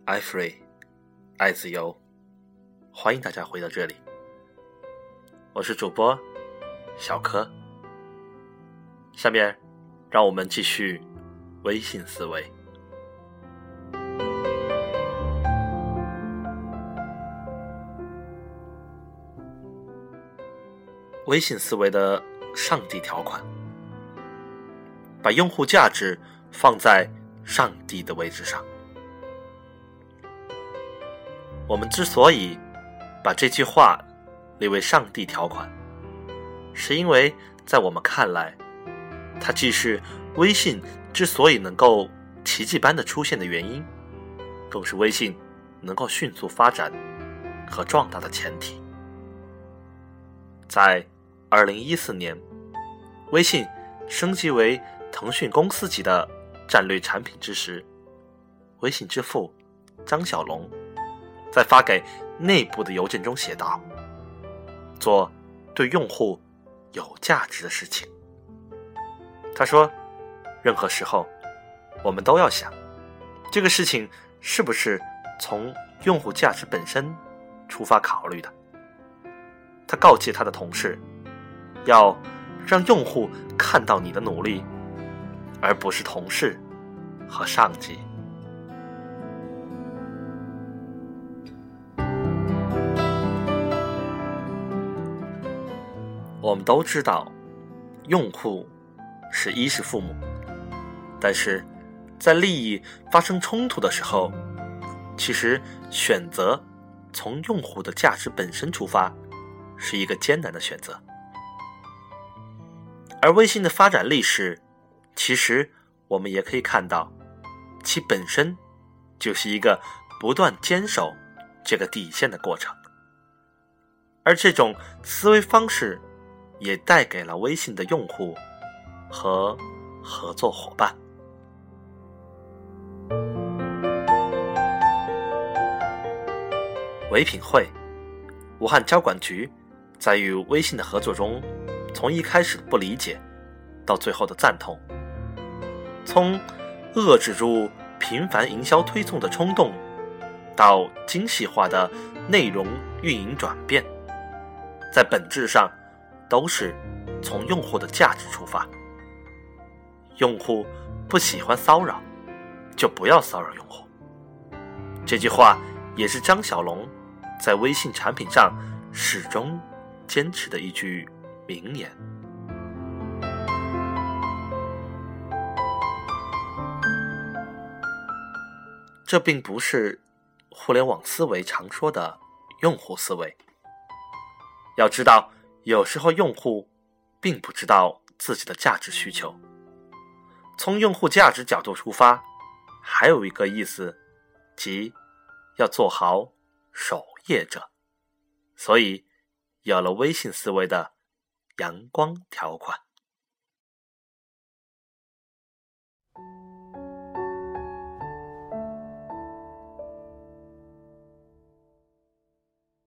爱 free 爱自由，欢迎大家回到这里，我是主播小柯。下面让我们继续微信思维。微信思维的上帝条款，把用户价值放在上帝的位置上。我们之所以把这句话列为上帝条款，是因为在我们看来，它既是微信之所以能够奇迹般的出现的原因，更是微信能够迅速发展和壮大的前提。在2014年，微信升级为腾讯公司级的战略产品之时，微信之父张小龙在发给内部的邮件中写道：做对用户有价值的事情。他说，任何时候我们都要想，这个事情是不是从用户价值本身出发考虑的。他告诫他的同事，要让用户看到你的努力，而不是同事和上级。我们都知道，用户是衣食父母，但是在利益发生冲突的时候，其实选择从用户的价值本身出发是一个艰难的选择。而微信的发展历史，其实我们也可以看到，其本身就是一个不断坚守这个底线的过程。而这种思维方式也带给了微信的用户和合作伙伴。唯品会、武汉交管局在与微信的合作中，从一开始的不理解到最后的赞同，从遏制住频繁营销推送的冲动到精细化的内容运营转变，在本质上都是从用户的价值出发。用户不喜欢骚扰，就不要骚扰用户。这句话也是张小龙在微信产品上始终坚持的一句名言。这并不是互联网思维常说的用户思维。要知道，有时候用户并不知道自己的价值需求。从用户价值角度出发，还有一个意思，即要做好守业者。所以有了微信思维的阳光条款。